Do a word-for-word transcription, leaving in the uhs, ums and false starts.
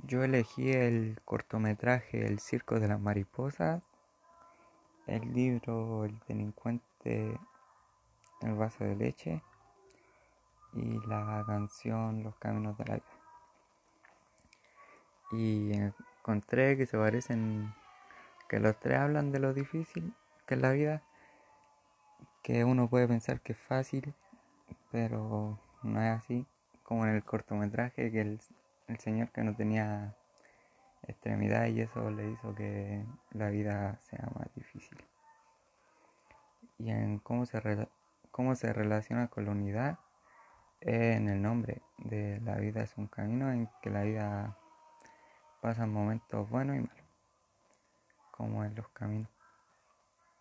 Yo elegí el cortometraje El Circo de las Mariposas, el libro El delincuente, el vaso de leche y la canción Los caminos de la vida. Y encontré que se parecen, que los tres hablan de lo difícil que es la vida, que uno puede pensar que es fácil, pero no es así, como en el cortometraje, que el, el señor que no tenía extremidad y eso le hizo que la vida sea más difícil. Y en cómo se, rela- cómo se relaciona con la unidad eh, en el nombre de la vida es un camino en que la vida pasa momentos buenos y malos, como en los caminos.